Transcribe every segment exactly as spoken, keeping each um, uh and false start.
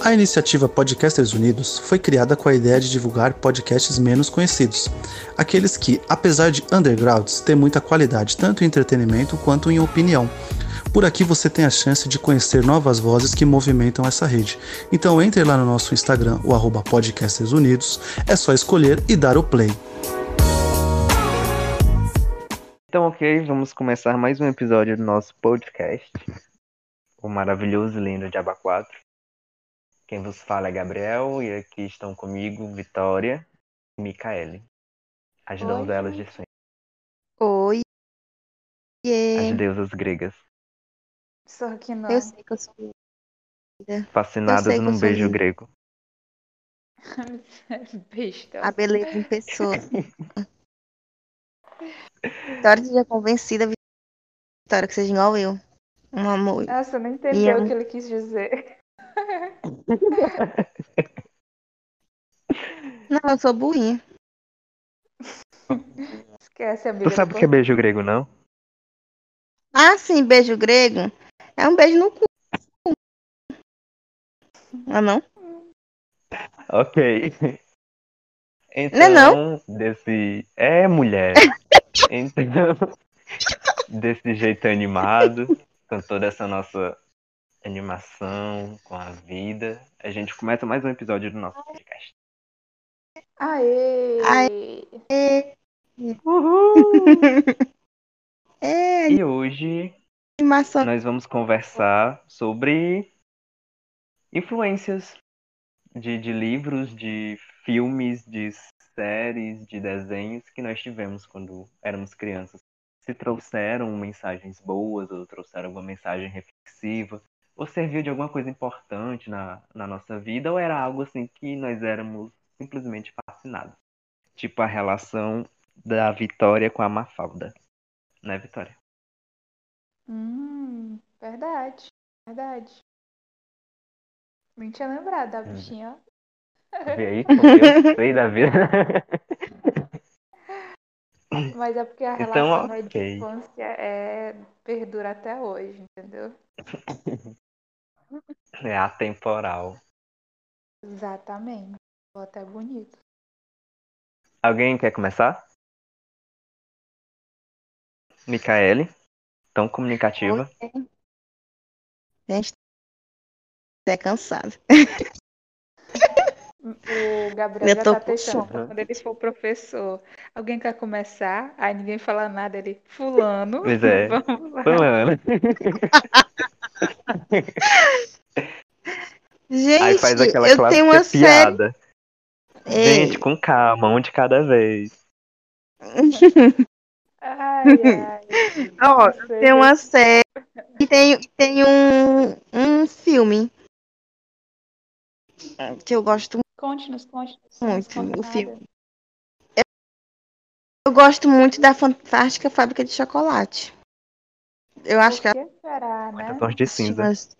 A iniciativa Podcasters Unidos foi criada com a ideia de divulgar podcasts menos conhecidos, aqueles que, apesar de undergrounds, têm muita qualidade tanto em entretenimento quanto em opinião. Por aqui você tem a chance de conhecer novas vozes que movimentam essa rede. Então entre lá no nosso Instagram, o arroba Podcasters Unidos, é só escolher e dar o play. Então, ok, vamos começar mais um episódio do nosso podcast, o maravilhoso e lindo Diaba quatro. Quem vos fala é Gabriel e aqui estão comigo Vitória e Micaele, as Oi, donzelas de gente. sempre, Oi. as Yeah. deusas gregas, Só que não. Eu sei que eu sou linda. Eu fascinadas sei que eu num sou beijo linda. grego. Besta. A beleza em pessoa. Vitória seja convencida, Vitória, que seja igual eu. Um amor. Nossa, não Me entendeu o ama. que ele quis dizer. Não, eu sou burrinha. Esquece, amiga. Tu sabe o que é Depois... beijo grego, não? Ah, sim, beijo grego. É um beijo no cu. Ah, não? Ok. Não é não? Então, desse... É, mulher. Então, desse jeito animado, com toda essa nossa animação com a vida, a gente começa mais um episódio do nosso podcast. Aê! É, Uhul! é E hoje animação. nós vamos conversar sobre influências de, de livros, de filmes, de séries, de desenhos que nós tivemos quando éramos crianças. Se trouxeram mensagens boas ou trouxeram alguma mensagem reflexiva, ou serviu de alguma coisa importante na, na nossa vida, ou era algo assim que nós éramos simplesmente fascinados. Tipo a relação da Vitória com a Mafalda. Né, Vitória? Hum, verdade. Verdade. Nem tinha lembrado da bichinha. Vê aí como eu sei da vida. Mas é porque a Então, relação né, de ok. infância é... perdura até hoje, entendeu? É atemporal. Exatamente. Ficou até bonito. Alguém quer começar? Micaele, tão comunicativa. Gente, é cansado. O Gabriel Eu já tô tá com testando sono. pra quando ele for professor. Alguém quer começar? Aí ninguém fala nada. Ele, fulano, Pois é. vamos lá. Fulano. Aí faz Gente, aquela eu tenho clássica uma série. piada. Gente, Ei. com calma, um de cada vez. Ai, ai. Ó, Que tem seja. uma série e tem, tem um, um filme que eu gosto Conte-nos, conte-nos. Não nos muito. conta O nada. filme. Eu gosto muito da Fantástica Fábrica de Chocolate. Eu acho Por que que será, Muitos né? tons de assisti cinza. umas...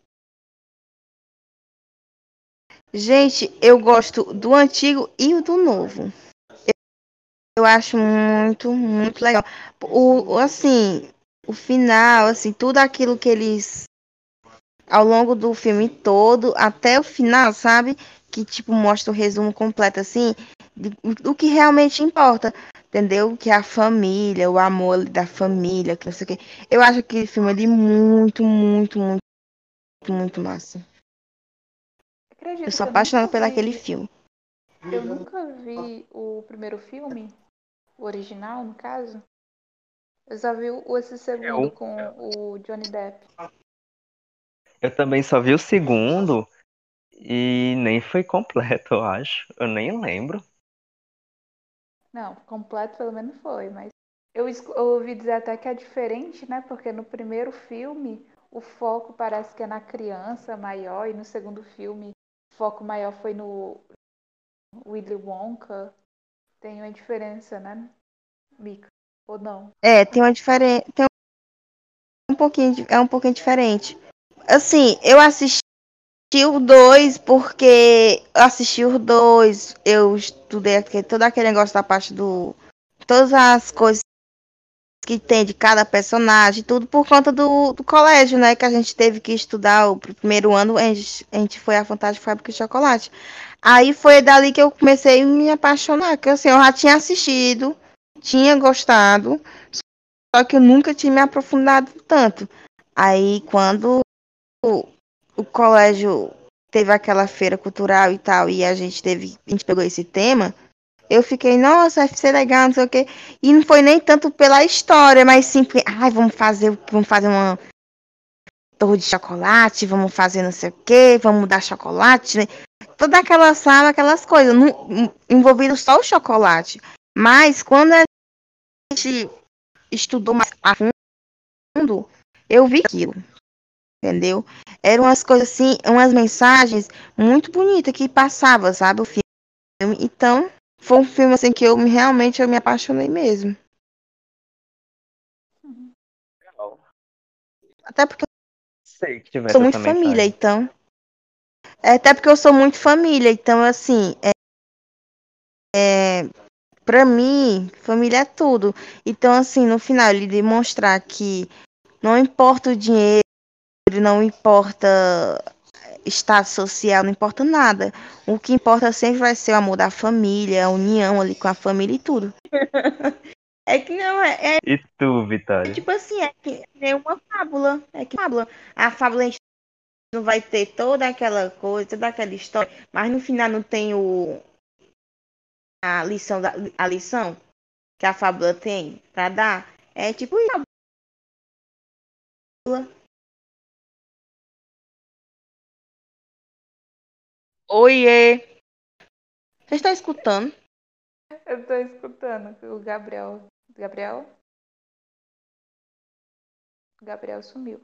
Gente, eu gosto do antigo e o do novo. Eu acho muito, muito legal. O, o- assim, o final, assim, tudo aquilo que eles ao longo do filme todo, até o final, sabe? Que, tipo, mostra o resumo completo, assim, de- do que realmente importa, entendeu? Que é a família, o amor da família, que não sei o quê. Eu acho aquele filme ali muito, muito, muito, muito massa. Eu Acredito sou que eu nunca apaixonada por aquele vi. filme. Eu nunca vi o primeiro filme, o original, no caso. Eu só vi o- esse segundo Eu, com o Johnny Depp. eu também só vi o segundo e nem foi completo, eu acho. Eu nem lembro. Não, completo pelo menos foi, mas eu, escu- eu ouvi dizer até que é diferente, né? Porque no primeiro filme o foco parece que é na criança maior e no segundo filme o foco maior foi no Willy Wonka. Tem uma diferença, né, Mika? Ou não? É, tem uma diferença, tem um pouquinho, de- é um pouquinho diferente. Assim, eu assisti o dois porque eu assisti o dois, eu estudei aquele, todo aquele negócio da parte do todas as coisas que tem de cada personagem, tudo por conta do, do colégio, né? Que a gente teve que estudar o primeiro ano, a gente, a gente foi à Fantástica Fábrica de Chocolate. Aí foi dali que eu comecei a me apaixonar, que assim, eu já tinha assistido, tinha gostado, só que eu nunca tinha me aprofundado tanto. Aí quando o, o colégio teve aquela feira cultural e tal, e a gente teve, a gente pegou esse tema, eu fiquei, nossa, vai ser legal, não sei o quê. E não foi nem tanto pela história, mas sim, porque, ai, vamos fazer, vamos fazer uma torre de chocolate, vamos fazer não sei o quê, vamos dar chocolate, né? Toda aquela sala, aquelas coisas, não, envolvido só o chocolate. Mas quando a gente estudou mais a fundo, eu vi aquilo, entendeu? Eram umas coisas assim, umas mensagens muito bonitas que passava, sabe, o filme. Então, foi um filme assim que eu me- realmente eu me apaixonei mesmo. Legal. Até porque Sei que eu sou tivesse muito essa família, mensagem. então. É, até porque eu sou muito família, então assim, é, é, pra mim, família é tudo. Então, assim, no final, ele demonstrar que não importa o dinheiro, não importa estado social, não importa nada. O que importa sempre vai ser o amor da família, a união ali com a família e tudo. É que não, é, E tu, é Vitória? tipo assim, é que é uma fábula. É que fábula. A fábula a gente não vai ter toda aquela coisa, toda aquela história, mas no final não tem o, a lição, da, a lição que a fábula tem pra dar. É tipo isso. Oiê! Você está escutando? Eu tô escutando o Gabriel. Gabriel? O Gabriel sumiu.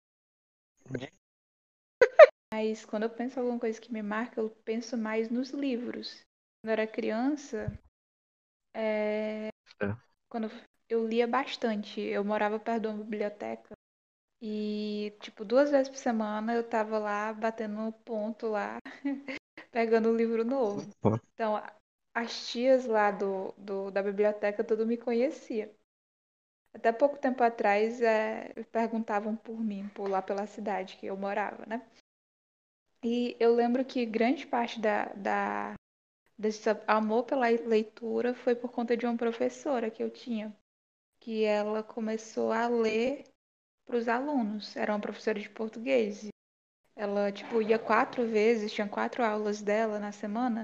Mas quando eu penso em alguma coisa que me marca, eu penso mais nos livros. Quando eu era criança, é, É. quando eu lia bastante, eu morava perto de uma biblioteca e, tipo, duas vezes por semana eu tava lá batendo ponto lá, pegando um livro novo. Então, a- as tias lá do, do- da biblioteca tudo me conhecia. Até pouco tempo atrás, é, perguntavam por mim, por lá pela cidade que eu morava, né? E eu lembro que grande parte da, da, desse amor pela leitura foi por conta de uma professora que eu tinha, que ela começou a ler para os alunos. Era uma professora de português. Ela, tipo, ia quatro vezes, tinha quatro aulas dela na semana.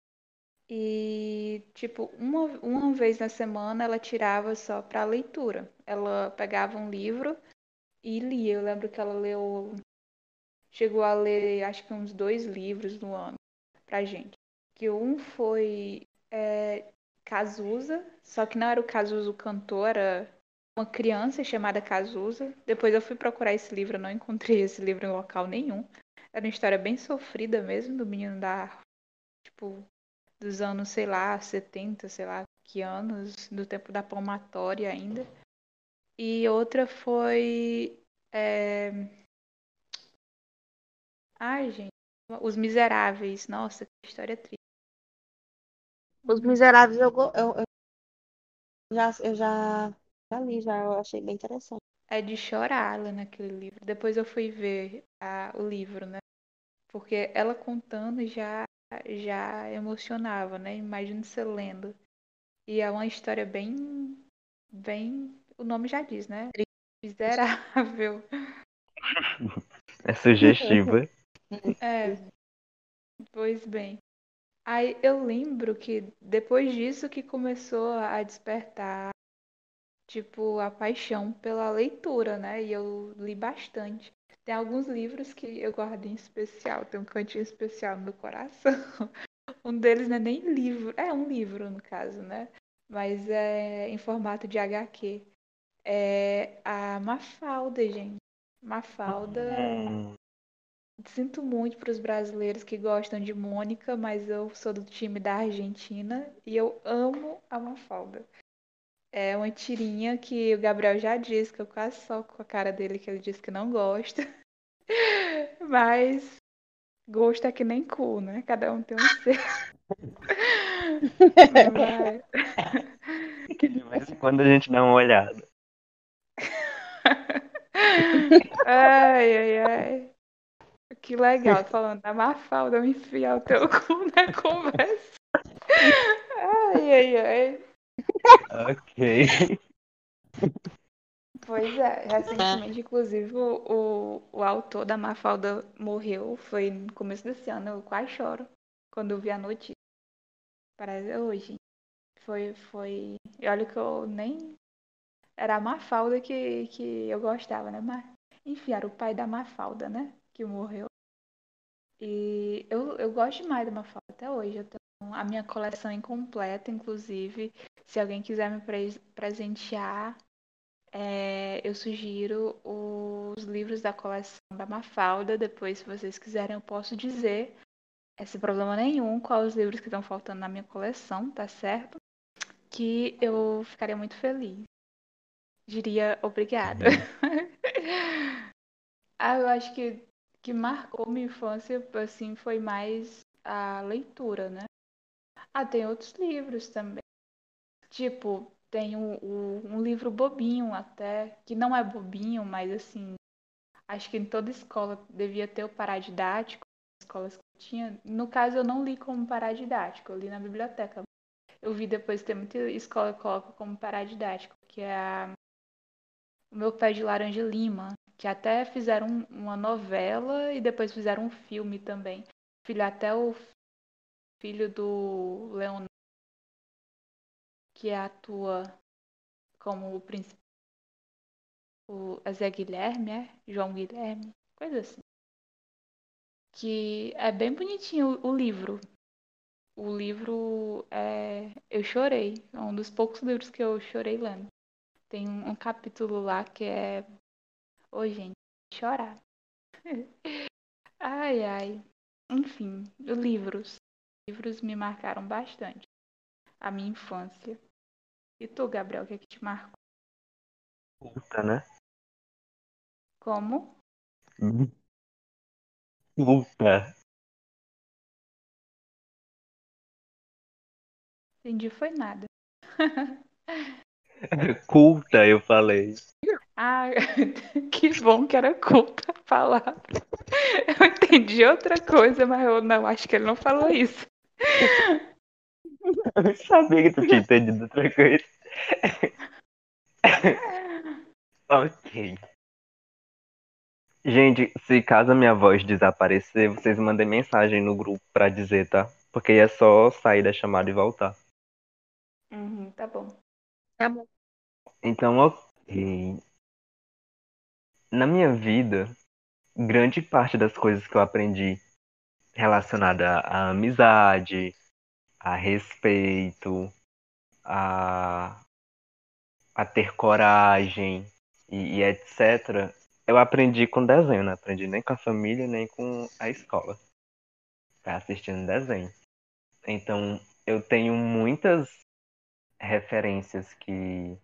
E, tipo, uma, uma vez na semana ela tirava só para leitura. Ela pegava um livro e lia. Eu lembro que ela leu, chegou a ler, acho que uns dois livros no ano pra gente. Que um foi é, Cazuza, só que não era o Cazuza o cantor, era uma criança chamada Cazuza. Depois eu fui procurar esse livro, não encontrei esse livro em local nenhum. Era uma história bem sofrida mesmo, do menino da, tipo, dos anos, sei lá, setenta, sei lá, que anos, do tempo da palmatória ainda. E outra foi. É... Ai, gente. Os Miseráveis. Nossa, que história triste. Os Miseráveis eu, go- eu, eu já, eu já, já li, já eu achei bem interessante. É de chorar lá naquele livro. Depois eu fui ver a- o livro, né? Porque ela contando já, já emocionava, né? Imagina você lendo. E é uma história bem, bem, o nome já diz, né? Miserável. É sugestiva. É, pois bem. Aí eu lembro que depois disso que começou a despertar, tipo, a paixão pela leitura, né? E eu li bastante. Tem alguns livros que eu guardo em especial, tem um cantinho especial no meu coração. Um deles não é nem livro, é um livro no caso, né? Mas é em formato de H Q. É a Mafalda, gente. Mafalda. Hum, Sinto muito para os brasileiros que gostam de Mônica, mas eu sou do time da Argentina e eu amo a Mafalda. É uma tirinha que o Gabriel já disse, que eu quase soco com a cara dele, que ele disse que não gosta. Mas gosto é que nem cu, né? Cada um tem um seu. Mas que de vez em quando a gente dá uma olhada. Ai, ai, ai. Que legal, falando da Mafalda, me enfiar o teu cu na conversa. Ai, ai, ai. Ok. Pois é, recentemente, inclusive, o, o, o autor da Mafalda morreu. Foi no começo desse ano, eu quase choro quando eu vi a notícia. Parece hoje. Foi, foi. E olha que eu nem. Era a Mafalda que, que eu gostava, né? Mas, enfim, era o pai da Mafalda, né? Que morreu. E eu, eu gosto demais da Mafalda até hoje. Eu tenho a minha coleção incompleta, inclusive. Se alguém quiser me pre- presentear, é, eu sugiro os livros da coleção da Mafalda. Depois, se vocês quiserem, eu posso dizer, é, sem problema nenhum, quais os livros que estão faltando na minha coleção, tá certo? Que eu ficaria muito feliz. Diria obrigada. Uhum. Ah, eu acho que que marcou minha infância, assim, foi mais a leitura, né? Ah, tem outros livros também. Tipo, tem o, o- um livro bobinho até, que não é bobinho, mas assim, acho que em toda escola devia ter o paradidático, as escolas que eu tinha. No caso, eu não li como paradidático, eu li na biblioteca. Eu vi depois ter muita escola que coloca como paradidático, que é a O Meu Pé de Laranja Lima, que até fizeram um- uma novela e depois fizeram um filme também. Filho, até o filho do Leonardo, que atua como o príncipe, o é Zé Guilherme, é? João Guilherme, coisa assim. Que é bem bonitinho o, o livro. O livro é. Eu chorei. É um dos poucos livros que eu chorei lendo. Tem um, um capítulo lá que é. Ô, gente, chorar. Ai, ai. Enfim, livros. Livros me marcaram bastante. A minha infância. E tu, Gabriel, o que é que te marcou? Puta, né? Como? Puta. Entendi, foi nada. Culta, eu falei. Ah, que bom que era culta a palavra. Eu entendi outra coisa, mas eu não acho que ele não falou isso. Eu sabia que tu tinha entendido outra coisa. Ok. Gente, se caso a minha voz desaparecer, vocês mandem mensagem no grupo pra dizer, tá? Porque é só sair da chamada e voltar. Uhum, tá bom. Tá bom. Então, ok. Na minha vida, grande parte das coisas que eu aprendi relacionada à amizade, a respeito, a, a ter coragem e, e etcétera, eu aprendi com desenho, não aprendi nem com a família, nem com a escola. Tá assistindo desenho. Então, eu tenho muitas referências que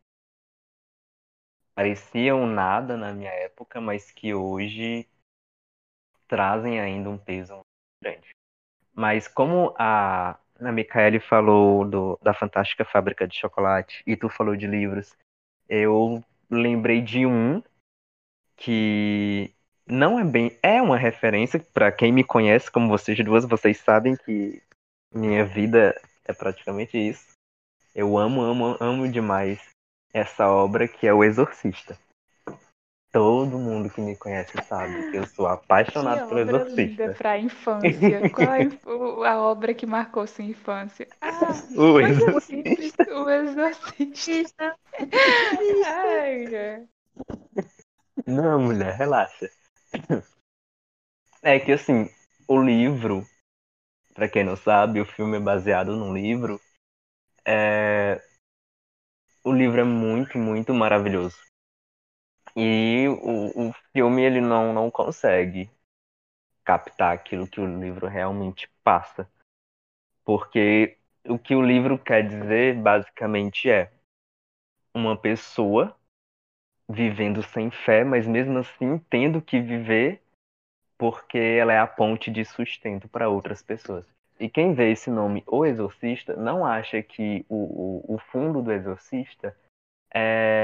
pareciam nada na minha época, mas que hoje trazem ainda um peso muito grande. Mas como a, a Micaele falou do, da Fantástica Fábrica de Chocolate e tu falou de livros, eu lembrei de um que não é bem. É uma referência para quem me conhece, como vocês duas, vocês sabem que minha vida é praticamente isso. Eu amo, amo, amo demais essa obra que é O Exorcista. Todo mundo que me conhece sabe que eu sou Que apaixonado pelo obra linda Exorcista. para a infância. Qual é a inf- o- a obra que marcou sua infância? Ah, O coisa simples. Exorcista. O Exorcista. Assista, assista. Ai, é. Não, mulher, relaxa. É que assim, o livro, pra quem não sabe, o filme é baseado num livro. É... O livro é muito, muito maravilhoso. E o, o filme ele não, não consegue captar aquilo que o livro realmente passa. Porque o que o livro quer dizer, basicamente, é uma pessoa vivendo sem fé, mas mesmo assim tendo que viver porque ela é a ponte de sustento para outras pessoas. E quem vê esse nome, O Exorcista, não acha que o, o, o fundo do Exorcista é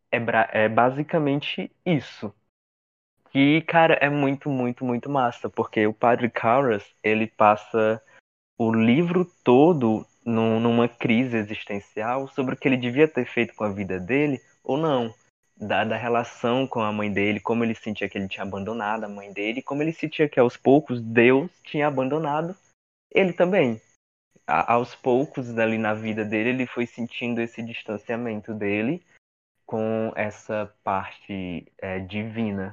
é, bra- é basicamente isso. E, cara, é muito, muito, muito massa, porque o Padre Karras, ele passa o livro todo num- numa crise existencial sobre o que ele devia ter feito com a vida dele ou não. Da, da relação com a mãe dele, como ele sentia que ele tinha abandonado a mãe dele, como ele sentia que aos poucos Deus tinha abandonado ele também. A- aos poucos, ali na vida dele, ele foi sentindo esse distanciamento dele com essa parte é, divina.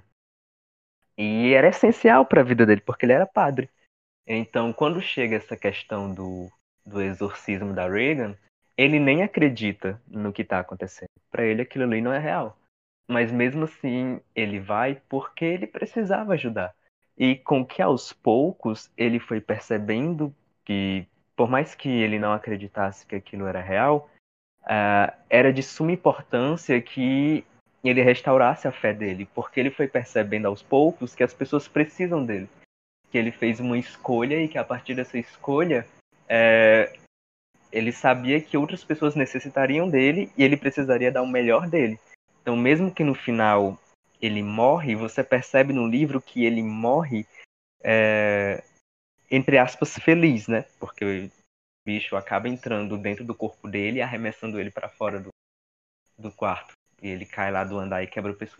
E era essencial para a vida dele, porque ele era padre. Então, quando chega essa questão do, do exorcismo da Reagan, ele nem acredita no que está acontecendo. Para ele, aquilo ali não é real. Mas mesmo assim, ele vai porque ele precisava ajudar. E com que aos poucos ele foi percebendo que, por mais que ele não acreditasse que aquilo era real, ah, era de suma importância que ele restaurasse a fé dele, porque ele foi percebendo aos poucos que as pessoas precisam dele, que ele fez uma escolha e que a partir dessa escolha é, ele sabia que outras pessoas necessitariam dele e ele precisaria dar o melhor dele. Então, mesmo que no final ele morre, você percebe no livro que ele morre, é, entre aspas, feliz, né? Porque o bicho acaba entrando dentro do corpo dele e arremessando ele para fora do, do quarto. E ele cai lá do andar e quebra o pescoço.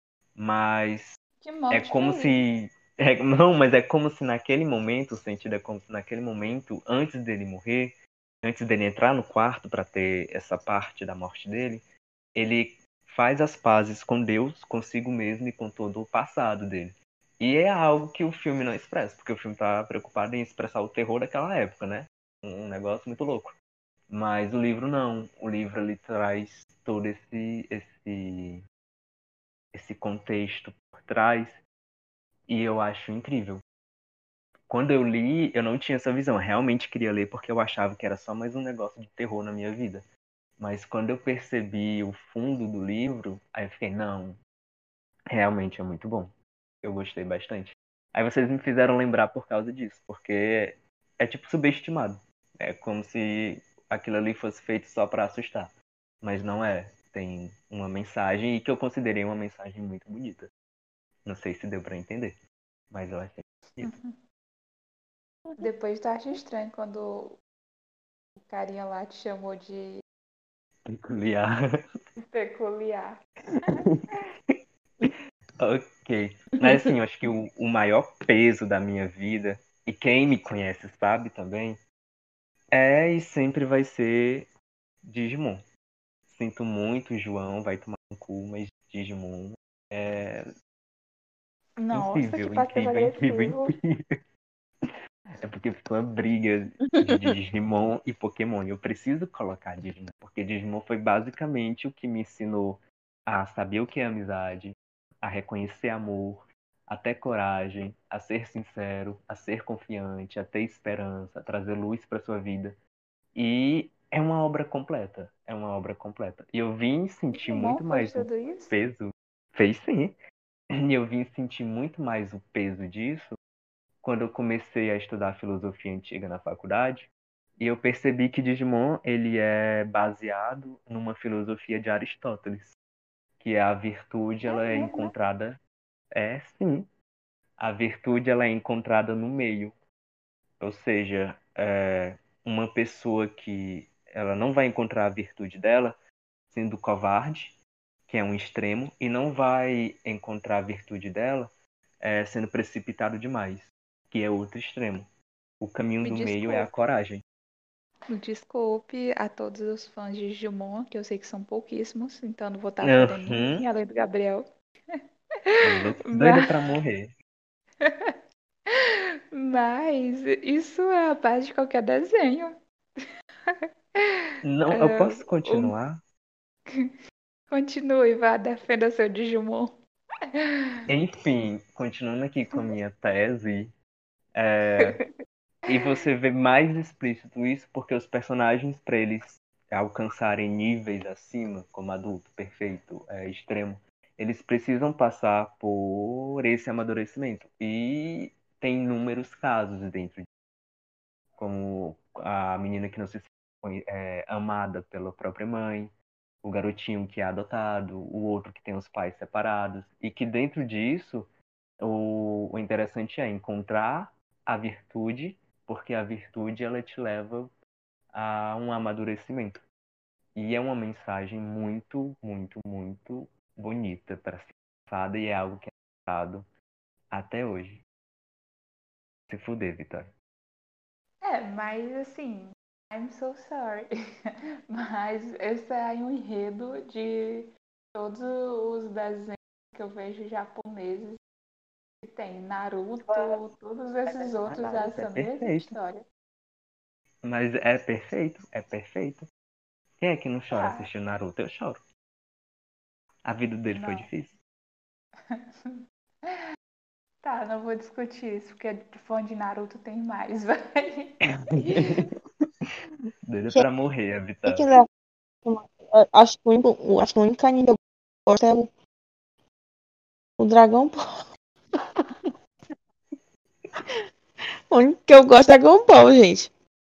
Mas Que é morte como feliz. se. É, não, mas é como se naquele momento, o sentido é como se naquele momento, antes dele morrer, antes dele entrar no quarto para ter essa parte da morte dele, ele faz as pazes com Deus, consigo mesmo e com todo o passado dele. E é algo que o filme não expressa, porque o filme tá preocupado em expressar o terror daquela época, né? Um negócio muito louco. Mas o livro não. O livro ele traz todo esse esse esse contexto por trás e eu acho incrível. Quando eu li, eu não tinha essa visão. Eu realmente queria ler porque eu achava que era só mais um negócio de terror na minha vida. Mas quando eu percebi o fundo do livro, aí eu fiquei, não, realmente é muito bom. Eu gostei bastante. Aí vocês me fizeram lembrar por causa disso, porque é tipo subestimado. É como se aquilo ali fosse feito só pra assustar. Mas não é. Tem uma mensagem e que eu considerei uma mensagem muito bonita. Não sei se deu pra entender, mas eu achei bonito. Depois tu acha estranho quando o carinha lá te chamou de Peculiar. peculiar. Ok. Mas assim, eu acho que o, o maior peso da minha vida, e quem me conhece sabe também, é e sempre vai ser Digimon. Sinto muito, João, vai tomar um cu, mas Digimon é Nossa, que incrível, passivo incrível, incrível, agressivo. incrível. É porque foi uma briga de Digimon e Pokémon. E eu preciso colocar Digimon, porque Digimon foi basicamente o que me ensinou a saber o que é amizade, a reconhecer amor, a ter coragem, a ser sincero, a ser confiante, a ter esperança, a trazer luz para sua vida. E é uma obra completa, é uma obra completa. E eu vim sentir Digimon muito fez mais o tudo isso? peso, fez sim, e eu vim sentir muito mais o peso disso quando eu comecei a estudar filosofia antiga na faculdade, e eu percebi que Digimon ele é baseado numa filosofia de Aristóteles, que é a virtude É ela é mesmo, encontrada é sim, a virtude ela é encontrada no meio, ou seja, é, uma pessoa que ela não vai encontrar a virtude dela sendo covarde, que é um extremo, e não vai encontrar a virtude dela é, sendo precipitado demais, que é outro extremo. O caminho me do meio é a desculpe. coragem. Me desculpe a todos os fãs de Digimon, que eu sei que são pouquíssimos, então não vou estar ofendendo Uhum. ninguém, além do Gabriel. Louca- Doida Mas, pra morrer. mas isso é a base de qualquer desenho. Não, eu É, posso o- continuar? Continue, vá, defenda seu Digimon. Enfim, continuando aqui com a minha tese, é, e você vê mais explícito isso porque os personagens, para eles alcançarem níveis acima, como adulto, perfeito, é, extremo, eles precisam passar por esse amadurecimento. E tem inúmeros casos dentro, como a menina que não se sente é, amada pela própria mãe, o garotinho que é adotado, o outro que tem os pais separados, e que dentro disso o, o interessante é encontrar a virtude, porque a virtude ela te leva a um amadurecimento. E é uma mensagem muito, muito, muito bonita para ser passada e é algo que é passado até hoje. Se fuder, Vitória. É, mas assim, I'm so sorry. Mas esse é aí um enredo de todos os desenhos que eu vejo japoneses que tem. Naruto, todos esses outros, Naruto é essa mesma perfeito. história. Mas é perfeito, é perfeito. Quem é que não chora Tá, assistindo Naruto? Eu choro. A vida dele foi não. difícil. Tá, não vou discutir isso, porque de fã de Naruto tem mais, vai. Doida pra morrer, a Gente, Vitória. né? Acho que o único, o- acho que o único anime que eu gosto é o, o Dragão Ball. O único que eu gosto é Dragon Ball, gente.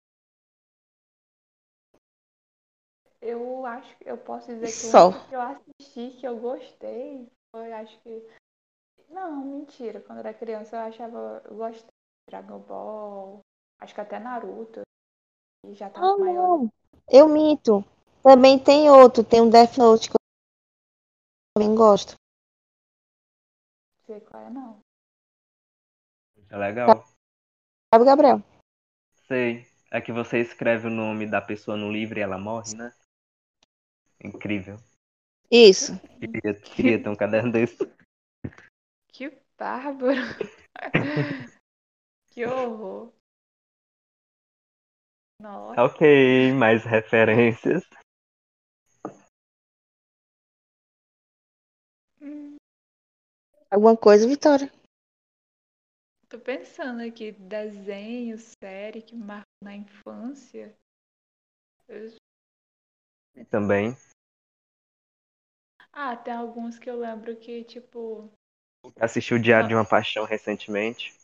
Eu acho que eu posso dizer que o Só. único que eu assisti que eu gostei foi, acho que. Não, mentira. Quando eu era criança eu achava. Eu gostava de Dragon Ball. Acho que até Naruto. E já tava Ah, maior. não. Eu minto. Também tem outro. Tem um Death Note que eu também gosto. Não sei qual é, não. É legal. Sabe, Gabriel? Sei. É que você escreve o nome da pessoa no livro e ela morre, né? Incrível. Isso. Queria, queria ter um caderno desse. Que bárbaro. Que horror. Nossa. Ok, mais referências. Hum, Alguma coisa, Vitória? tô pensando aqui, desenho, série que me marcou na infância. Eu- Também. Ah, tem alguns que eu lembro que, tipo. Assisti o Diário de Não, uma Paixão recentemente.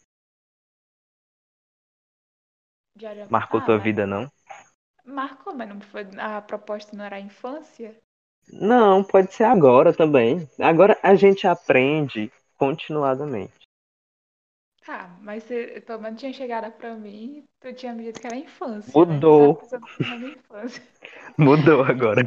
Diário... Marcou Ah, tua mas vida, não? marcou, mas não foi. A proposta não era a infância? Não, pode ser agora também. Agora a gente aprende continuadamente. Tá, mas você pelo menos tinha chegado pra mim, tu tinha me dito que era infância, né? Então eu tava Mudou. pensando na minha infância. Mudou agora.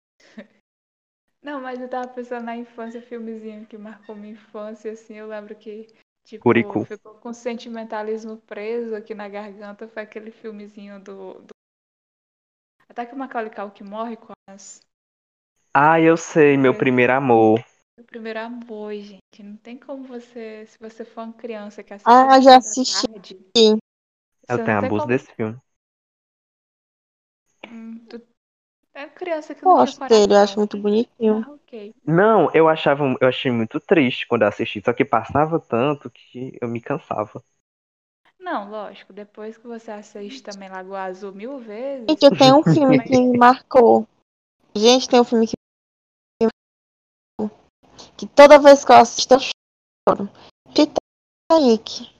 Não, mas eu tava pensando na infância, filmezinho que marcou minha infância, assim, eu lembro que, tipo, Curicu. ficou com sentimentalismo preso aqui na garganta, foi aquele filmezinho do... do... Até que o Macaulay Culkin morre com as... Ah, eu sei, meu primeiro amor. O primeiro amor, gente. Não tem como você, se você for uma criança que assiste a Ah, já sessão da assisti. tarde, Eu você não tenho tem abuso como. desse filme. Hum, tu é criança que não tinha Gosto dele, eu acho coração. muito bonitinho. Ah, ok. Não, eu achava, eu achei muito triste quando eu assisti, só que passava tanto que eu me cansava. Não, lógico, depois que você assiste também Lagoa Azul mil vezes, Gente, eu tenho um filme que também. me marcou. Gente, tem um filme que, que toda vez que eu assisto eu choro. Titanic.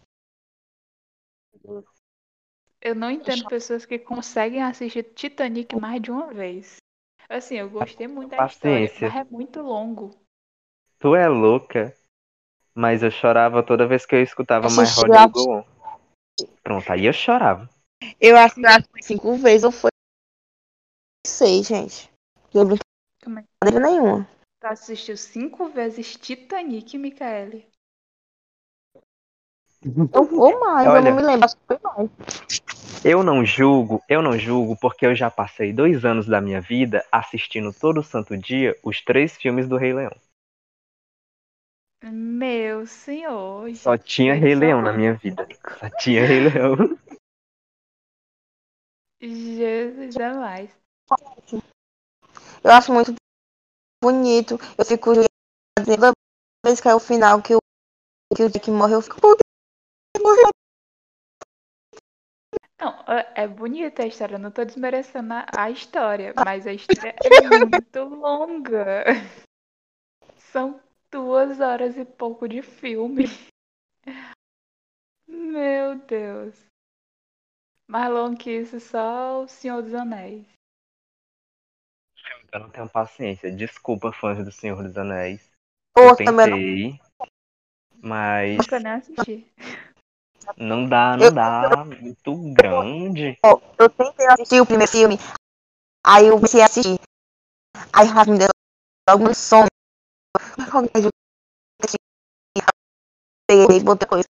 Eu não entendo pessoas que conseguem assistir Titanic mais de uma vez. Assim, eu gostei muito da história, Paciência. mas é muito longo. Tu é louca, mas eu chorava toda vez que eu escutava My Assisti, Heart eu Will assisti, Go On. Pronto, aí eu chorava. eu assisti cinco vezes ou foi seis, gente. Não tem Como é que brincadeira nenhuma. tu assistiu cinco vezes Titanic, Micaele? Eu, ou mais, eu não me Olha, lembro, acho que foi mais. eu não julgo, eu não julgo porque eu já passei dois anos da minha vida assistindo todo santo dia os três filmes do Rei Leão. Meu senhor, Só gente, tinha seres Rei são Leão na minha vida. Só tinha Rei Leão. Jesus é mais. Eu acho muito bonito. Eu fico toda vez que é o final que o, que o Jack morre, eu fico, por que morreu? Não, é é bonita a história, eu não tô desmerecendo a a história, mas a história é muito longa. São duas horas e pouco de filme. Meu Deus. Mais longo que isso, só O Senhor dos Anéis. Eu não tenho paciência. Desculpa, fãs do Senhor dos Anéis. Eu Ou também não. tentei, mas Nunca nem assisti. não dá, Eu, não dá. Muito grande. eu, eu tentei assistir o primeiro filme, aí eu comecei a assistir. Aí rápido me deu algum sono. Eu peguei, botei coisa.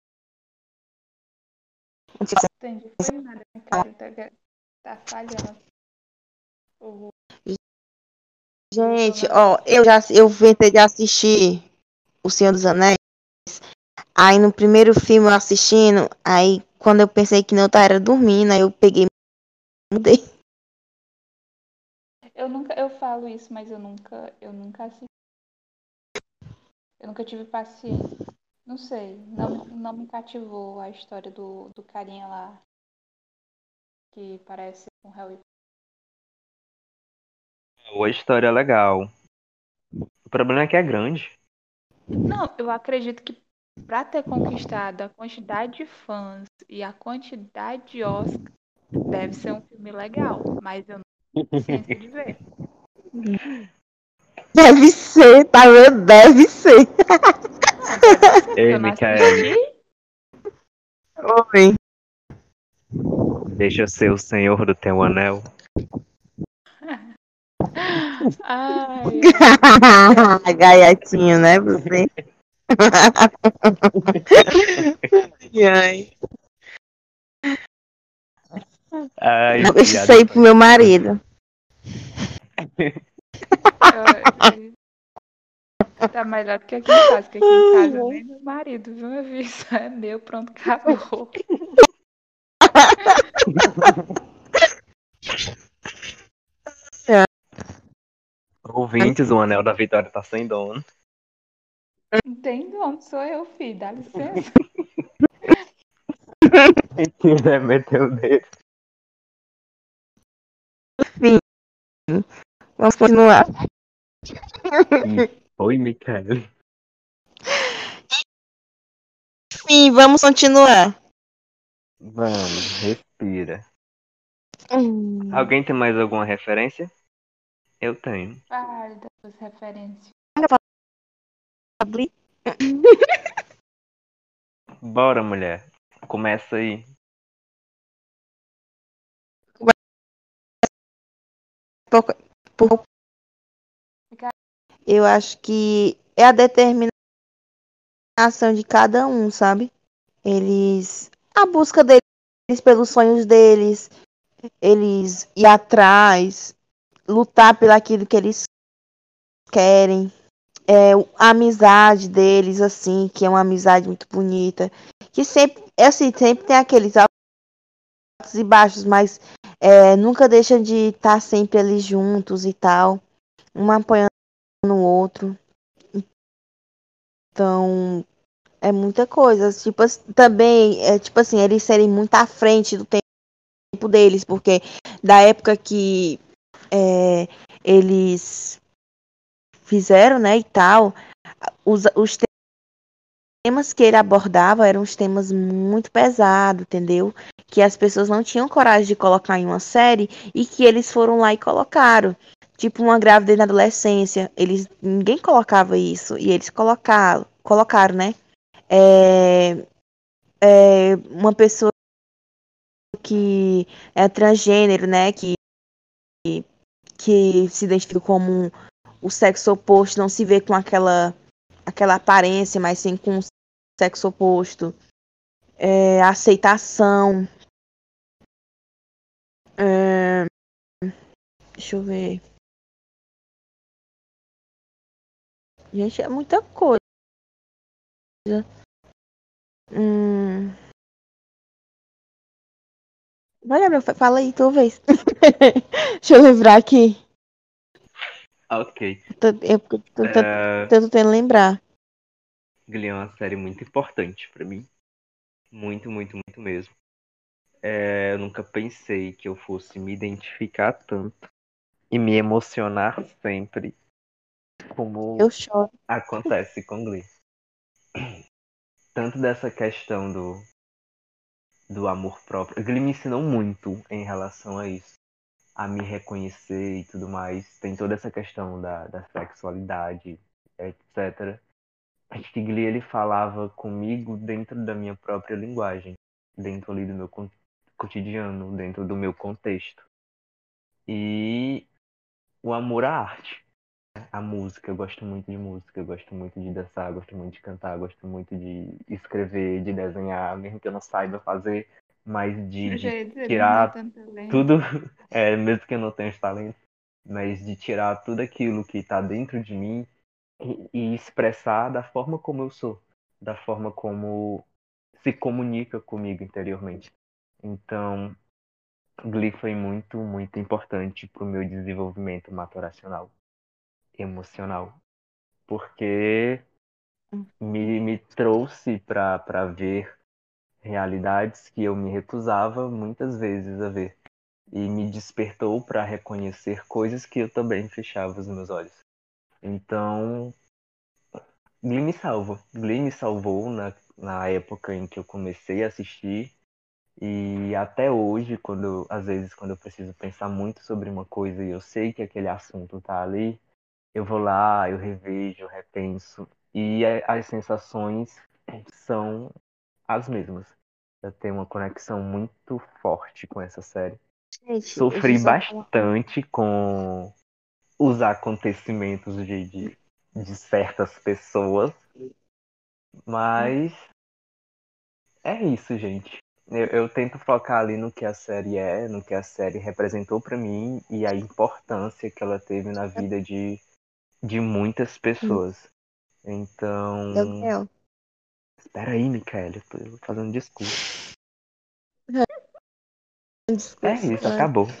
Entendi. Foi nada, né, cara? Tá, tá falhando. O Gente, Google ó, eu já eu tentei de assistir O Senhor dos Anéis. Aí no primeiro filme eu assistindo, aí quando eu pensei que não tava era dormindo, aí eu peguei e mudei. Eu nunca, eu falo isso, mas eu nunca, eu nunca assisti. Eu nunca tive paciência. Não sei, não, me- não me cativou a história do, do carinha lá que parece com Harry. A história é legal. O problema é que é grande. Não, eu acredito que para ter conquistado a quantidade de fãs e a quantidade de Oscar, deve ser um filme legal, mas eu não tenho paciência de ver. Deve ser, tá vendo? Deve ser. Não, deve ser, porque Ei, eu não Micaele, assisti. Oi. deixa eu ser o senhor do teu anel. Ai, ai. Gaiatinho, né, você? Ai. Ai, Não, deixa isso piada aí pro meu infantil. marido. Ai, tá melhor do que aqui em casa, porque aqui em casa nem meu marido, viu, meu filho? Isso é meu, pronto, acabou. Ouvintes, o anel da vitória tá sem dono. Não tem dono, sou eu, filho, dá licença. Quem quiser meter o dedo. Enfim, vamos continuar. Oi, Micaele. Enfim, vamos continuar. Vamos, respira. Hum. Alguém tem mais alguma referência? Eu tenho. Ai, das referências. Bora, mulher. Começa aí. Por- por- Eu acho que é a determinação de cada um, sabe? Eles. A busca deles pelos sonhos deles, eles ir atrás, lutar pelo aquilo que eles querem. É, a amizade deles, assim, que é uma amizade muito bonita. Que sempre, é assim, sempre tem aqueles altos e baixos, mas é, nunca deixam de estar sempre ali juntos e tal. Um apoiando o outro. Então, é muita coisa. Tipo, assim, também, é, tipo assim, eles serem muito à frente do tempo deles, porque da época que é, eles fizeram, né, e tal, os, os temas que ele abordava eram uns temas muito pesados, entendeu? Que as pessoas não tinham coragem de colocar em uma série e que eles foram lá e colocaram. Tipo uma gravidez na adolescência, eles ninguém colocava isso e eles colocaram, colocaram, né? É, é uma pessoa que é transgênero, né? Que que se identifica como o sexo oposto, não se vê com aquela aquela aparência, mas sim com o sexo oposto. É, aceitação. É, deixa eu ver. Gente, é muita coisa. Hum... Vai, Gabriel, fala aí, tua vez. Deixa eu lembrar aqui. Ok. Tô, eu tô, tô, tô, Uh, tô tentando lembrar. Glee é uma série muito importante pra mim. Muito, muito, muito mesmo. É, eu nunca pensei que eu fosse me identificar tanto e me emocionar sempre como Eu choro. acontece com Glee. Tanto dessa questão do, do amor próprio. Glee me ensinou muito em relação a isso. a me reconhecer e tudo mais. Tem toda essa questão da, da sexualidade, etcétera. Acho que Glee ele falava comigo dentro da minha própria linguagem, dentro ali do meu cotidiano, dentro do meu contexto. E o amor à arte, a música, eu gosto muito de música, eu gosto muito de dançar, eu gosto muito de cantar, eu gosto muito de escrever, de desenhar, mesmo que eu não saiba fazer, mas de, Eu já de ia dizer, não tem tirar tanto talento. tudo, é, mesmo que eu não tenha esse talento, mas de tirar tudo aquilo que está dentro de mim e, e expressar da forma como eu sou, da forma como se comunica comigo interiormente. Então, Glee foi muito, muito importante para o meu desenvolvimento maturacional, emocional, porque me, me trouxe para ver realidades que eu me recusava muitas vezes a ver. E me despertou para reconhecer coisas que eu também fechava os meus olhos. Então, Glee me salva. Glee me salvou na, na época em que eu comecei a assistir. E até hoje, quando às vezes quando eu preciso pensar muito sobre uma coisa e eu sei que aquele assunto tá ali, eu vou lá, eu revejo, eu repenso. E é- as sensações são as mesmas. Eu tenho uma conexão muito forte com essa série. Gente, deixa Sofri eu só falar. bastante com os acontecimentos de, de, de certas pessoas, mas é isso, gente. Eu, eu tento focar ali no que a série é, no que a série representou pra mim e a importância que ela teve na vida de, de muitas pessoas. Então, Gabriel. espera aí, Micaela, eu tô fazendo discurso. Um É discurso. isso, Ai. acabou.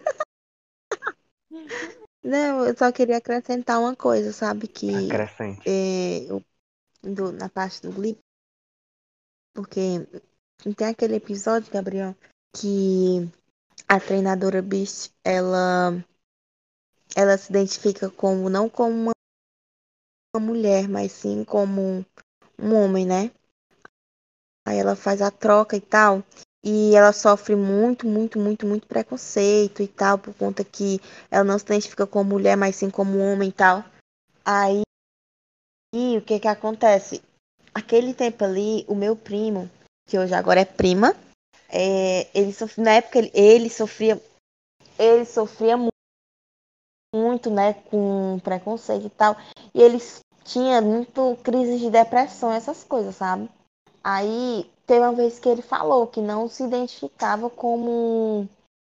Não, eu só queria acrescentar uma coisa, sabe? Que Acrescente. é, eu, do- na parte do Glee, porque tem aquele episódio, Gabriel, que a treinadora Beast, ela, ela se identifica como, não como uma, uma mulher, mas sim como um homem, né? Aí ela faz a troca e tal. E ela sofre muito, muito, muito, muito preconceito e tal, por conta que ela não se identifica como mulher, mas sim como homem e tal. Aí, o que que acontece? Aquele tempo ali, o meu primo, que hoje agora é prima, é, ele sofre, na época ele, ele sofria, ele sofria mu- muito, né, com preconceito e tal. E ele tinha muito crise de depressão, essas coisas, sabe? Aí teve uma vez que ele falou que não se identificava como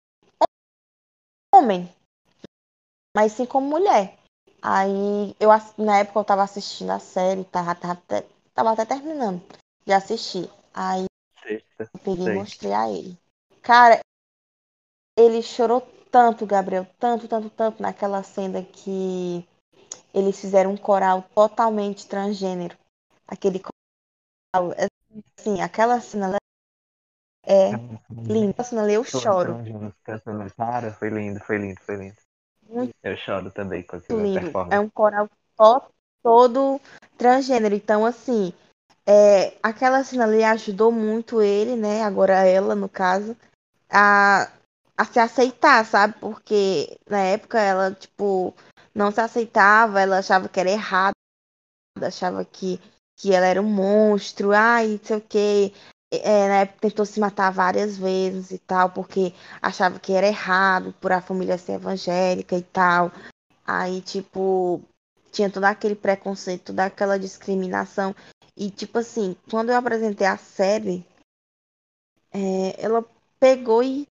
homem, mas sim como mulher. Aí eu ass- na época eu tava assistindo a série, tava, tava, até, tava até terminando de assistir. Aí Sexta, eu peguei e sei. mostrei a ele. Cara, ele chorou tanto, Gabriel, tanto, tanto, tanto naquela cena que eles fizeram um coral totalmente transgênero. Aquele coral, assim, aquela cena é linda. Aquela cena ali eu choro. Chorando juntos, cantando. Cara, foi lindo, foi lindo, foi lindo. Muito Eu choro também quando eu a lindo. É performance. um coral to- todo transgênero. Então, assim, é, aquela cena ali ajudou muito ele, né? Agora ela, no caso, a, a se aceitar, sabe? Porque na época ela, tipo, não se aceitava, ela achava que era errado, achava que, que ela era um monstro, ai, não sei o quê. É, na época tentou se matar várias vezes e tal, porque achava que era errado por a família ser evangélica e tal. Aí, tipo, tinha todo aquele preconceito, toda aquela discriminação. E, tipo assim, quando eu apresentei a série, é, ela pegou e,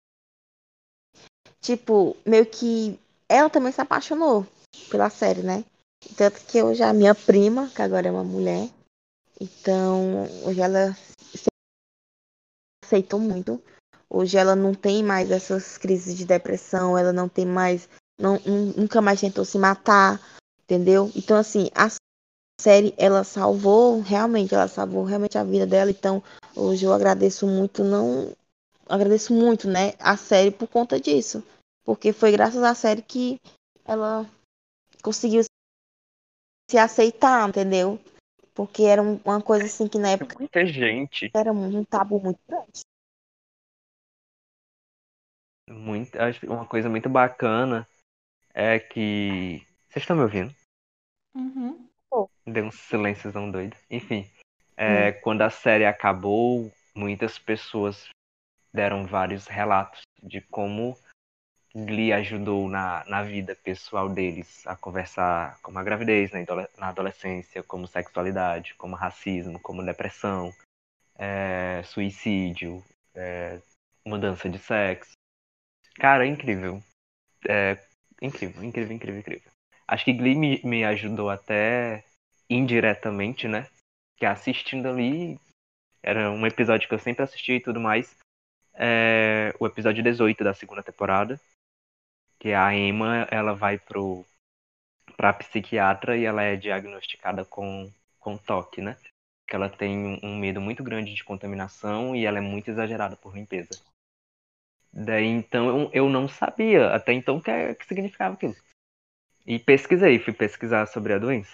tipo, meio que ela também se apaixonou pela série, né? Tanto que hoje a minha prima, que agora é uma mulher, então hoje ela se aceitou muito. Hoje ela não tem mais essas crises de depressão, ela não tem mais, não, nun- nunca mais tentou se matar, entendeu? Então, assim, a série, ela salvou, realmente, ela salvou realmente a vida dela. Então, hoje eu agradeço muito, não, agradeço muito, né, a série por conta disso. Porque foi graças à série que ela conseguiu se aceitar, entendeu? Porque era um- uma coisa assim que na época Muita gente, era um um tabu muito grande. muito, acho que uma coisa muito bacana é que. Vocês estão me ouvindo? Uhum. Deu um silênciozão doido. Enfim, é, Sim. quando a série acabou, muitas pessoas deram vários relatos de como Glee ajudou na, na vida pessoal deles a conversar como a gravidez na, adole- na adolescência, como sexualidade, como racismo, como depressão, é, suicídio, é, mudança de sexo. Cara, é incrível. É, incrível, incrível, incrível, incrível. Acho que Glee me, me ajudou até indiretamente, né? Que assistindo ali, era um episódio que eu sempre assisti e tudo mais. É, o episódio dezoito da segunda temporada, que a Emma, ela vai pro, pra psiquiatra e ela é diagnosticada com, com toque, né? Que ela tem um, um medo muito grande de contaminação e ela é muito exagerada por limpeza. Daí então eu, eu não sabia até então o que, é- que significava aquilo. E pesquisei, fui pesquisar sobre a doença.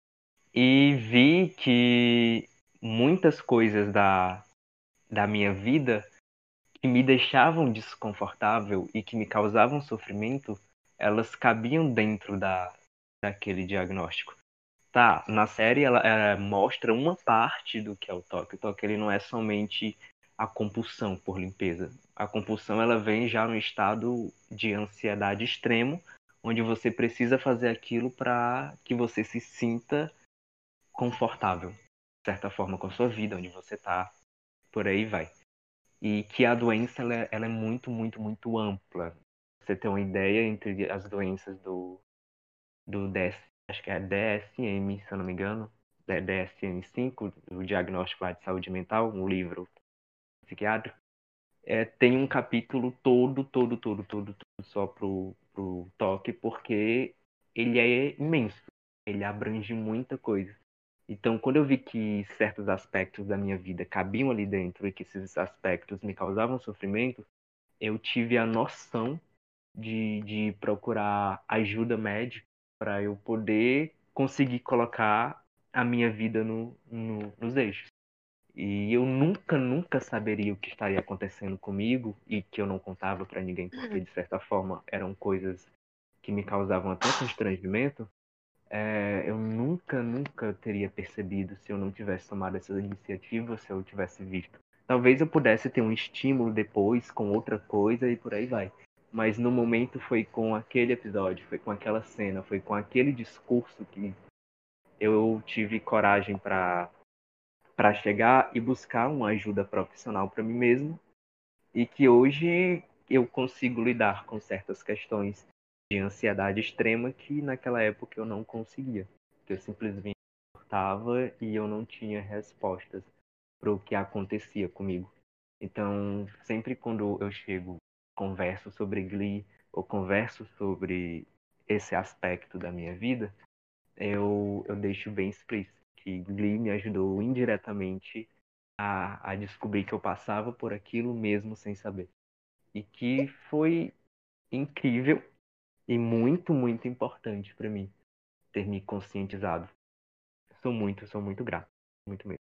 E vi que muitas coisas da, da minha vida que me deixavam desconfortável e que me causavam sofrimento, elas cabiam dentro da, daquele diagnóstico. Tá, na série ela, ela mostra uma parte do que é o toque. O toque ele não é somente a compulsão por limpeza. A compulsão ela vem já no estado de ansiedade extremo, onde você precisa fazer aquilo para que você se sinta confortável, de certa forma, com a sua vida, onde você está, por aí vai. E que a doença ela, é- ela é muito, muito, muito ampla. Você tem uma ideia entre as doenças do, do D S, acho que é D S M, se eu não me engano, D- DSM cinco, o Diagnóstico lá de Saúde Mental, um livro psiquiátrico, é, tem um capítulo todo, todo, todo, todo, todo só pro, pro toque, porque ele é imenso, ele abrange muita coisa. Então, quando eu vi que certos aspectos da minha vida cabiam ali dentro e que esses aspectos me causavam sofrimento, eu tive a noção de, de procurar ajuda médica para eu poder conseguir colocar a minha vida no, no, nos eixos. E eu nunca, nunca saberia o que estaria acontecendo comigo e que eu não contava para ninguém, porque de certa forma eram coisas que me causavam até constrangimento. É, eu nunca, nunca teria percebido se eu não tivesse tomado essa iniciativa, se eu tivesse visto. Talvez eu pudesse ter um estímulo depois com outra coisa e por aí vai. Mas no momento foi com aquele episódio, foi com aquela cena, foi com aquele discurso que eu tive coragem para para chegar e buscar uma ajuda profissional para mim mesmo e que hoje eu consigo lidar com certas questões de ansiedade extrema que naquela época eu não conseguia. Que eu simplesmente estava e eu não tinha respostas para o que acontecia comigo. Então, sempre quando eu chego, converso sobre Glee ou converso sobre esse aspecto da minha vida, eu, eu deixo bem explícito que Glee me ajudou indiretamente a, a descobrir que eu passava por aquilo mesmo sem saber. E que foi incrível e muito, muito importante para mim ter me conscientizado. Sou muito, sou muito grato. Muito mesmo.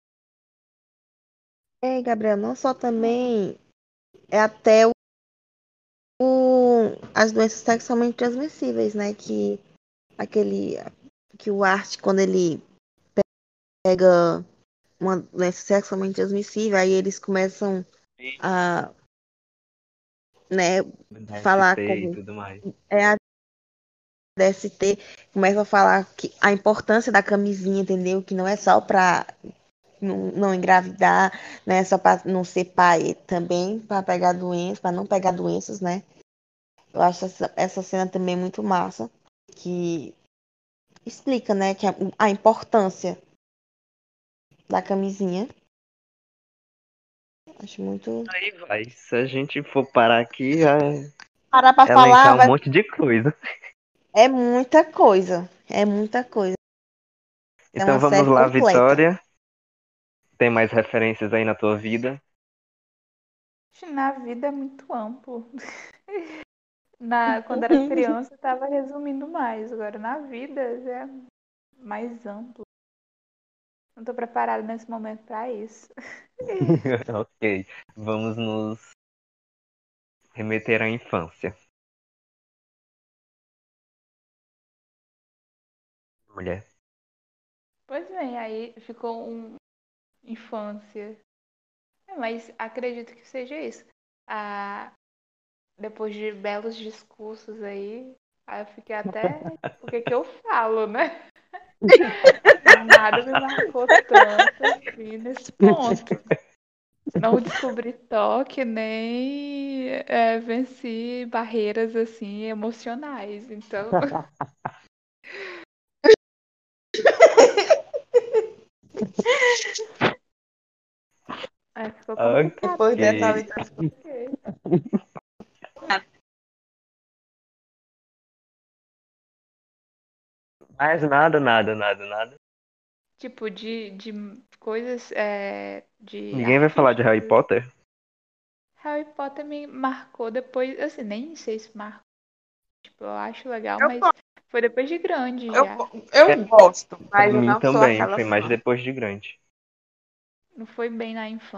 É, Gabriel, não só também é até o, o- as doenças sexualmente transmissíveis, né? Que aquele que o Art, quando ele pega uma doença sexualmente transmissível, aí eles começam a, né, falar D S T e como tudo mais. é a D S T, começam a falar que a importância da camisinha, entendeu? Que não é só para não, não engravidar, não é só para não ser pai, também para pegar doenças, para não pegar doenças, né? Eu acho essa, essa cena também muito massa, que explica, né, que a, a importância da camisinha. Acho muito. Aí vai. Se a gente for parar aqui, já é Parar para falar, elencar um vai... monte de coisa. é muita coisa. É muita coisa. É Então uma vamos série lá, completa. Vitória. Tem mais referências aí na tua vida? Na vida é muito amplo. Na, quando era criança, estava resumindo mais. Agora, na vida, é mais amplo. Não estou preparada nesse momento para isso. Ok. Vamos nos Remeter à infância. Mulher. Pois bem, aí ficou um infância. É, mas acredito que seja isso. Ah, depois de belos discursos aí, aí eu fiquei até. O que que eu falo, né? Nada me marcou tanto assim nesse ponto. Não descobri toque, nem é, venci barreiras assim emocionais. Então, aí ficou complicado. Depois dessa Ok. letra. Porque, Mais nada, nada, nada, nada. tipo, de, de coisas é, de Ninguém vai falar de Harry artísticas. Potter? Harry Potter me marcou depois, assim, nem sei se marcou. Tipo, eu acho legal, Eu, mas go- foi depois de grande eu, já. go- eu gosto, Pra mas eu mim não sou também, aquela foi mais fã. depois de grande. Não foi bem na infância.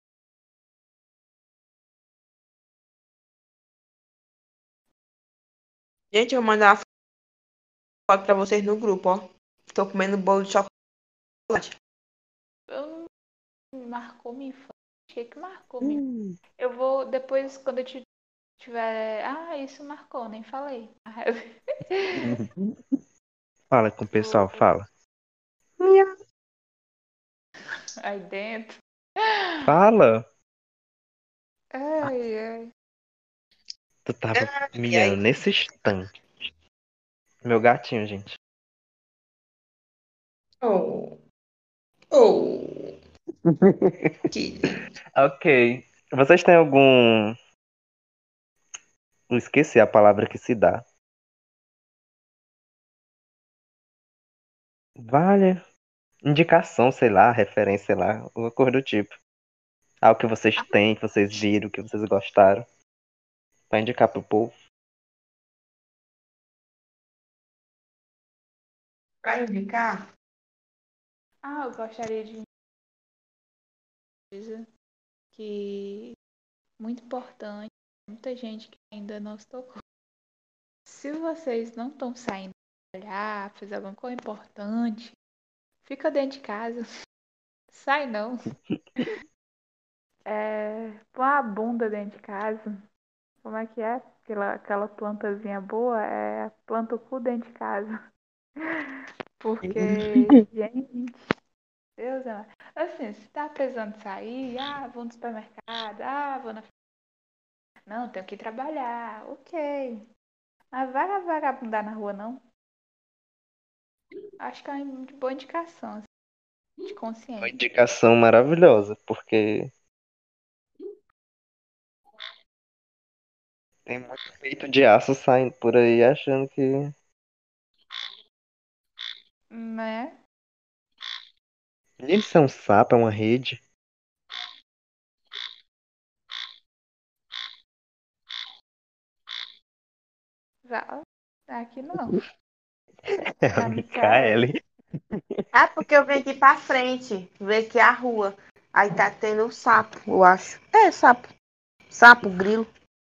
Gente, eu vou mandar uma foto pra vocês no grupo, ó. Tô comendo bolo de chocolate. Eu, marcou minha infância. Achei que marcou minha infância. Eu vou, depois, quando eu ti- tiver. Ah, isso marcou, nem falei. Fala com o pessoal, Vou fala. aí dentro. Fala! Ai, ai. Tu tava E aí? miando nesse instante. Meu gatinho, gente. Oh, oh, que lindo. Ok. Vocês têm algum. Eu esqueci a palavra que se dá. Vale. Indicação, sei lá, referência, sei lá, alguma coisa do tipo. Algo que vocês têm, que vocês viram, que vocês gostaram. Pra indicar pro povo. Pra indicar? Ah, eu gostaria de uma coisa que muito importante, muita gente que ainda não se tocou. Se vocês não estão saindo pra trabalhar, fazer alguma coisa importante, fica dentro de casa. Sai não. É, põe a bunda dentro de casa. Como é que é? Aquela, aquela plantazinha boa é planta o cu dentro de casa. Porque, gente, Deus é mais. Assim, se tá precisando sair, ah, vou no supermercado, ah, vou na. Não, tenho que ir trabalhar, ok. Mas vai vagabundar na rua, não. Acho que é uma boa indicação, assim, de Uma consciência. indicação maravilhosa, porque tem muito peito de aço saindo por aí achando que. Né? Isso é um sapo, é uma rede. Já. Aqui não. É a A Micaela. Micaele. Ah, porque eu venho aqui pra frente, ver aqui a rua. Aí tá tendo sapo, eu acho. É, sapo. Sapo, grilo.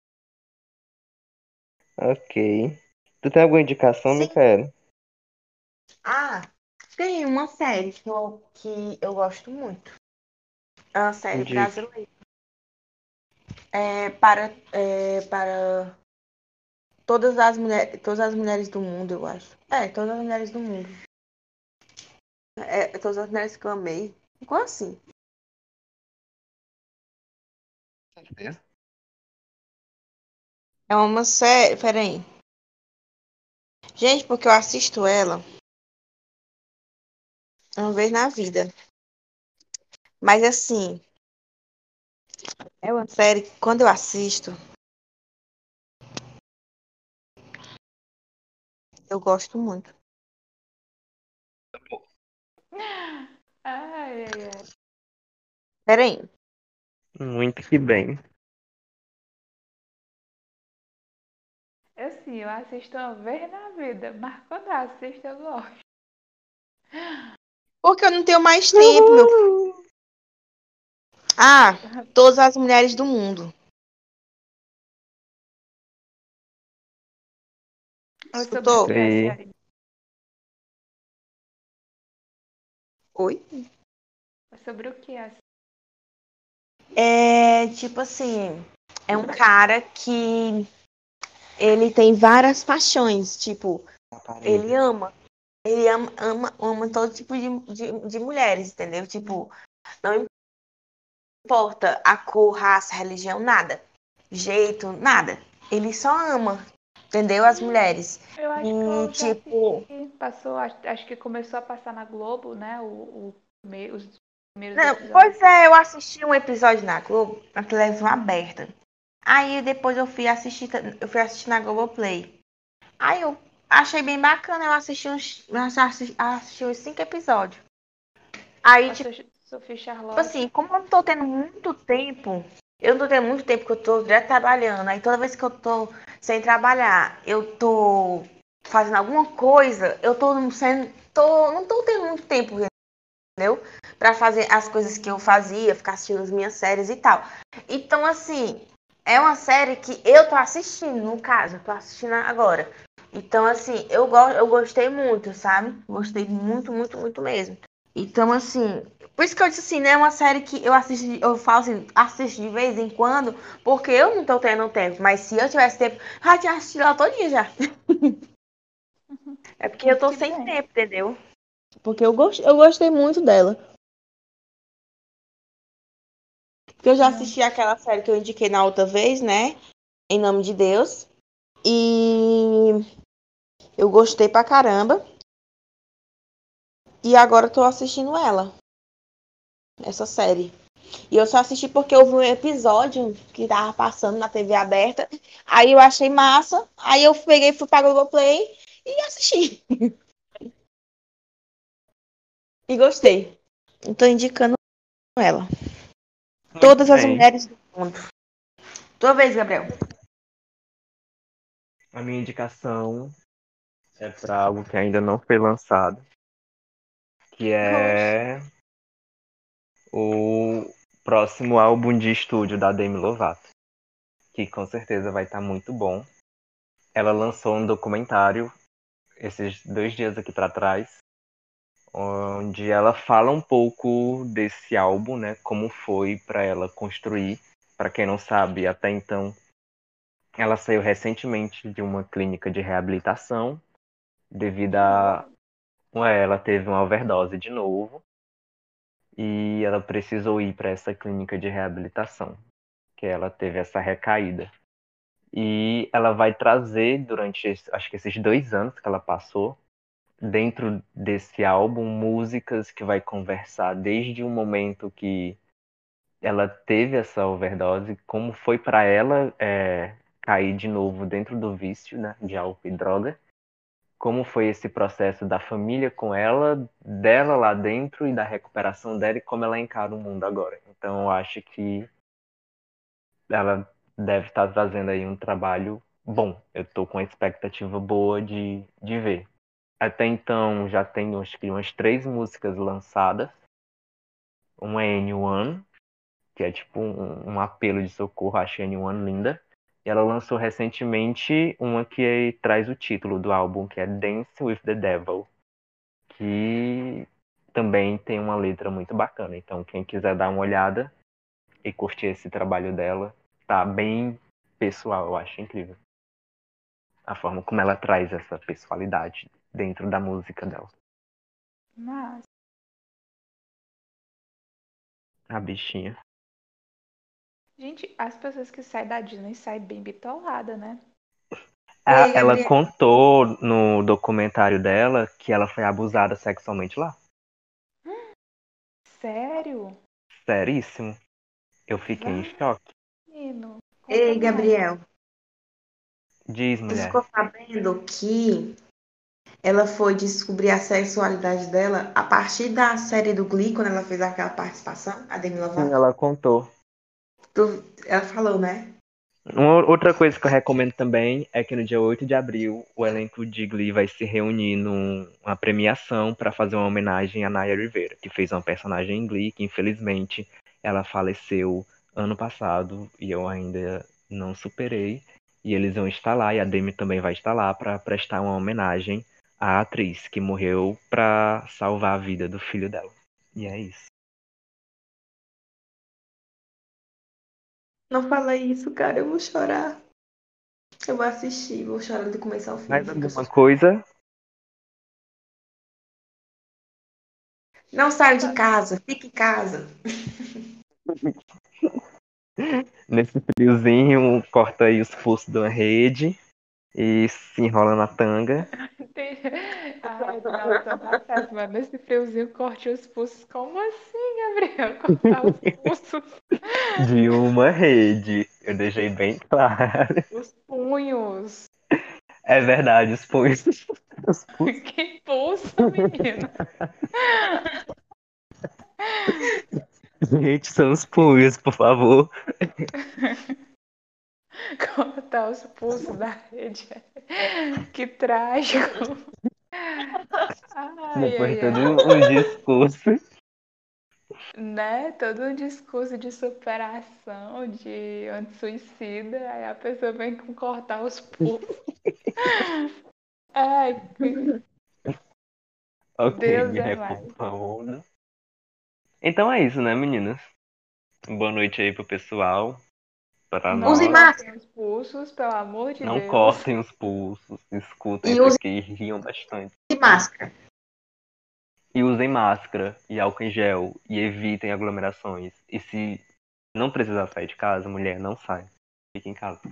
Ok. Tu tem alguma indicação, Sim. Micaele? Ah, tem uma série que eu, que eu gosto muito. É uma série Indique. brasileira. É para, é para todas as mulheres, todas as mulheres do mundo, eu acho. É, todas as mulheres do mundo. É, todas as mulheres que eu amei. Ficou assim. Certeza? É uma série. Peraí. Gente, porque eu assisto ela uma vez na vida. Mas assim, é uma série que quando eu assisto, eu gosto muito. Ai, ai, ai. Peraí. Muito que bem. Assim, eu assisto uma vez na vida, mas quando eu assisto eu gosto. Porque eu não tenho mais tempo, meu filho. Ah, todas as mulheres do mundo. Ou sobre o Escutou? que é a E série? Oi? Ou sobre o que é a série? É tipo assim, é um cara que ele tem várias paixões, tipo, ele ama, ele ama, ama, ama todo tipo de, de, de mulheres, entendeu? Tipo, não importa a cor, raça, religião, nada. Jeito, nada. Ele só ama, entendeu? As mulheres. Eu acho que E eu já tipo, assisti. Passou, acho, acho que começou a passar na Globo, né? O, o, prime- os primeiros não, episódios. pois é, eu assisti um episódio na Globo, na televisão aberta. Aí depois eu fui assistir, eu fui assistir na Globoplay. Aí eu achei bem bacana, eu assisti uns, eu assisti, assisti uns cinco episódios. Aí, tipo Passou Sophie Charlotte. assim, como eu não tô tendo muito tempo, eu não tô tendo muito tempo que eu tô direto trabalhando. Aí toda vez que eu tô sem trabalhar, eu tô fazendo alguma coisa, eu tô não sendo, tô, não tô tendo muito tempo, entendeu? Pra fazer as coisas que eu fazia, ficar assistindo as minhas séries e tal. Então, assim, é uma série que eu tô assistindo, no caso, eu tô assistindo agora. Então, assim, eu, go eu gostei muito, sabe? Gostei muito, muito, muito mesmo. Então, assim, por isso que eu disse assim, né? É uma série que eu assisto, eu falo assim, assisto de vez em quando, porque eu não tô tendo tempo. Mas se eu tivesse tempo, já tinha assistido ela todinha já. É porque eu tô Que sem bem. tempo, entendeu? Porque eu, gost, eu gostei muito dela. Porque eu já Não. assisti aquela série que eu indiquei na outra vez, né? Em Nome de Deus. E eu gostei pra caramba. E agora eu tô assistindo ela, essa série. E eu só assisti porque eu vi um episódio que tava passando na T V aberta. Aí eu achei massa. Aí eu peguei, fui pra Globoplay e assisti. E gostei. Tô indicando ela. muito Todas as bem. mulheres do mundo. Tua vez, Gabriel. A minha indicação é para algo que ainda não foi lançado, que Oxe. é o próximo álbum de estúdio da Demi Lovato, que com certeza vai estar muito bom. Ela lançou um documentário esses dois dias aqui para trás, onde ela fala um pouco desse álbum, né? Como foi para ela construir. Para quem não sabe, até então, ela saiu recentemente de uma clínica de reabilitação devido De a... novo? Ué, ela teve uma overdose de novo e ela precisou ir para essa clínica de reabilitação, que ela teve essa recaída. E ela vai trazer, durante esse, acho que esses dois anos que ela passou, dentro desse álbum, músicas que vai conversar desde o momento que ela teve essa overdose, como foi para ela é, cair de novo dentro do vício, né, de álcool e droga, como foi esse processo da família com ela, dela lá dentro e da recuperação dela e como ela encara o mundo agora. Então eu acho que ela deve estar trazendo aí um trabalho bom. Eu estou com uma expectativa boa de, de ver. Até então já tenho acho que umas três músicas lançadas. Uma é N um, que é tipo um, um apelo de socorro, acho a N um linda. E ela lançou recentemente uma que traz o título do álbum, que é Dance with the Devil, que também tem uma letra muito bacana. Então quem quiser dar uma olhada e curtir esse trabalho dela, tá bem pessoal, eu acho incrível. A forma como ela traz essa pessoalidade dentro da música dela. Mas, A bichinha. gente, as pessoas que saem da Disney saem bem bitolada, né? A- Ei, Ela Gabriel. contou no documentário dela que ela foi abusada sexualmente lá. Sério? Seríssimo. Eu fiquei em Vai, choque. menino. Conta Ei, mais. Gabriel. Diz, Tu mulher. ficou sabendo que ela foi descobrir a sexualidade dela a partir da série do Glee, quando ela fez aquela participação, a Demi Sim, Lovato? ela contou. Tu- Ela falou, né? Uma outra coisa que eu recomendo também é que no dia oito de abril o elenco de Glee vai se reunir numa premiação para fazer uma homenagem a Naya Rivera, que fez uma personagem em Glee que infelizmente ela faleceu ano passado e eu ainda não superei. E eles vão estar lá, e a Demi também vai estar lá para prestar uma homenagem à atriz que morreu para salvar a vida do filho dela. E é isso. Não fala isso, cara, eu vou chorar. Eu vou assistir, vou chorar de começar ao fim. Mais Fica alguma só- coisa? Não saio de casa, fique em casa. Nesse friozinho, corta aí os pulsos de uma rede e se enrola na tanga. Tem- Ai, não, então tá certo, mano. Nesse friozinho, corte os pulsos. Como assim, Gabriel? Cortar os pulsos. De uma rede. Eu deixei bem claro. Os punhos. É verdade, os punhos. Os pulsos. Que pulso, menino? Gente, são os punhos, por favor. Cortar os pulsos da rede. Que trágico. Ai, Depois de ai, todo ai. um discurso. Né? Todo um discurso de superação, de anti-suicida, aí a pessoa vem com cortar os pulsos. Ai, que- Ok, Deus me é mais. recompondo. Então é isso, né, meninas? Boa noite aí pro pessoal. Para Não Use nós. cortem máscara. os pulsos, pelo amor de Não Deus. cortem os pulsos. Escutem E isso use aqui e riam bastante. máscara. E usem máscara e álcool em gel. E evitem aglomerações. E se não precisar sair de casa, mulher, não sai. Fique em casa.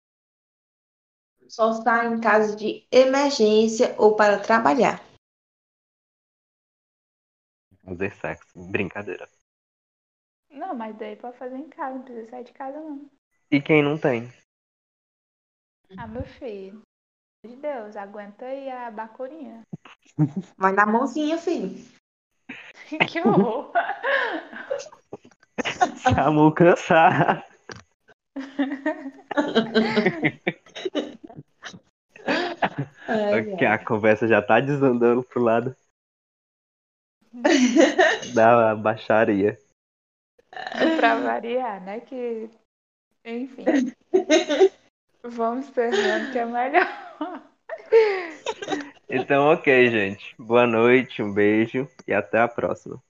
Só sai em caso de emergência ou para trabalhar. Fazer sexo. Brincadeira. Não, mas daí pode fazer em casa, não precisa sair de casa, não. E quem não tem? Ah, meu filho, pelo amor de Deus, aguenta aí a bacurinha. Vai na mãozinha, filho. Que horror. Chamou cansar. Ai, Ok, a ai. conversa já tá desandando pro lado da baixaria. Pra variar, né? Que, enfim, vamos encerrando que é melhor. Então, ok, gente. Boa noite, um beijo e até a próxima.